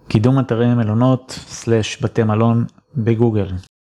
קידום אתרי מלונות / בתי מלון בגוגל.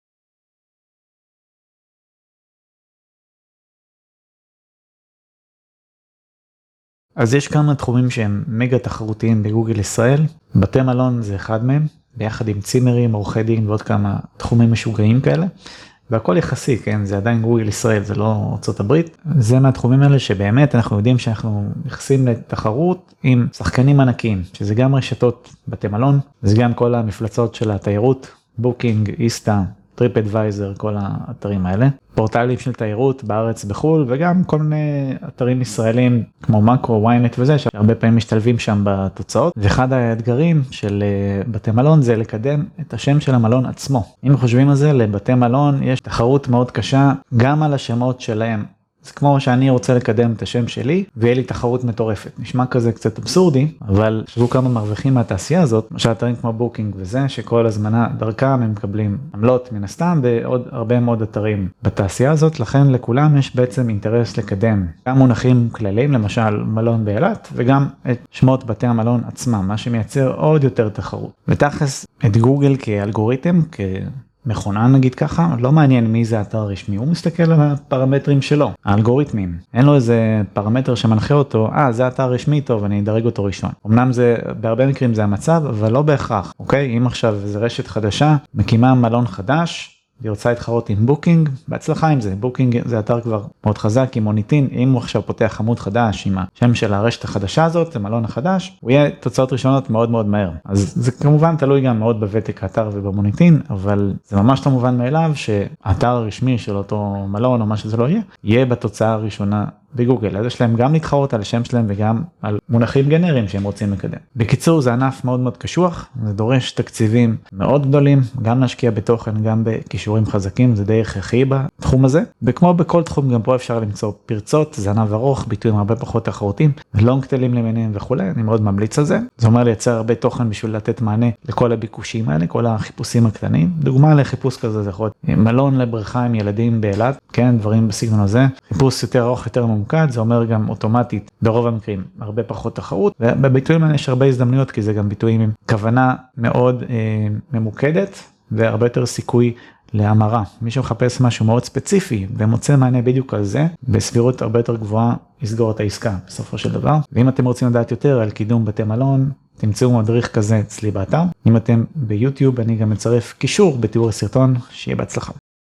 אז יש כמה תחומים שהם מגה תחרותיים בגוגל ישראל. בתי מלון זה אחד מהם, ביחד עם צימרים, עורכי דין ועוד כמה תחומים משוגעים כאלה. והכל יחסי, כן? זה עדיין גוגל ישראל, זה לא ארצות הברית. זה מהתחומים האלה שבאמת אנחנו יודעים שאנחנו נכנסים לתחרות עם שחקנים ענקיים, שזה גם רשתות בתי מלון, זה גם כל המפלצות של התיירות, בוקינג, איסטה, טריפ אדוויזר, כל האתרים האלה. פורטלים של תיירות בארץ בחול, וגם כל מיני אתרים ישראלים כמו מקרו, וויינט וזה, שהרבה פעמים משתלבים שם בתוצאות. ואחד האתגרים של בתי מלון זה לקדם את השם של המלון עצמו. אם חושבים על זה, לבתי מלון יש תחרות מאוד קשה גם על השמות שלהם. זה כמו שאני רוצה לקדם את השם שלי, ויהיה לי תחרות מטורפת. נשמע כזה קצת אבסורדי, אבל שבו כמה מרוויחים מהתעשייה הזאת, למשל אתרים כמו בוקינג וזה, שכל הזמנה דרכם הם מקבלים עמלות מן הסתם, ועוד הרבה מאוד אתרים בתעשייה הזאת, לכן לכולם יש בעצם אינטרס לקדם גם מונחים כלליים, למשל מלון באילת, וגם את שמות בתי המלון עצמם, מה שמייצר עוד יותר תחרות. ותכלס את גוגל כאלגוריתם, מכונן נגיד ככה, לא מעניין מי זה אתר רשמי, הוא מסתכל על הפרמטרים שלו, האלגוריתמים. אין לו איזה פרמטר שמנחה אותו, זה אתר רשמי טוב, אני אדרג אותו ראשון. אמנם זה, בהרבה מקרים זה המצב, אבל לא בהכרח, אוקיי? אם עכשיו זה רשת חדשה, מקימה מלון חדש, והיא רוצה להתחרות עם בוקינג, בהצלחה עם זה. בוקינג זה אתר כבר מאוד חזק עם מוניטין, אם הוא עכשיו פותח עמוד חדש עם השם של הרשת החדשה הזאת, המלון החדש, הוא יהיה תוצאות ראשונות מאוד מאוד מהר. אז זה כמובן תלוי גם מאוד בוותק האתר ובמוניטין, אבל זה ממש לא מובן מאליו שהאתר הרשמי של אותו מלון או מה שזה לא יהיה בתוצאה הראשונה בגוגל. אז יש להם גם להתחרות על השם שלהם וגם על מונחים גנריים שהם רוצים לקדם. בקיצור, זה ענף מאוד מאוד קשוח, זה דורש תקציבים מאוד גדולים, גם להשקיע בתוכן, גם בכישורים חזקים, זה די הכרחי בתחום הזה. וכמו בכל תחום, גם פה אפשר למצוא פרצות, זה ענף ארוך, ביטויים הרבה פחות תחרותיים, לונג טיילים למיניהם וכו'. אני מאוד ממליץ על זה. זה אומר לייצר הרבה תוכן בשביל לתת מענה לכל הביקושים האלה, כל החיפושים הקטנים. דוגמה לחיפוש כזה זה יכול להיות מלון לבריכה עם ילדים באילת, כן, דברים בסגנון הזה. חיפוש יותר ארוך, יותר ממוקד, זה אומר גם אוטומטית, ברוב המקרים, הרבה פחות תחרות, ובביטויים האלה יש הרבה הזדמנויות, כי זה גם ביטויים עם כוונה מאוד ממוקדת, והרבה יותר סיכוי להמרה. מי שמחפש משהו מאוד ספציפי, ומוצא מענה בדיוק על זה, בסבירות הרבה יותר גבוהה, יסגור את העסקה בסופו של דבר. ואם אתם רוצים לדעת יותר על קידום בתי מלון, תמצאו מדריך כזה אצלי באתר. אם אתם ביוטיוב, אני גם מצרף קישור בתיאור הסרטון, שיהיה בהצלחה.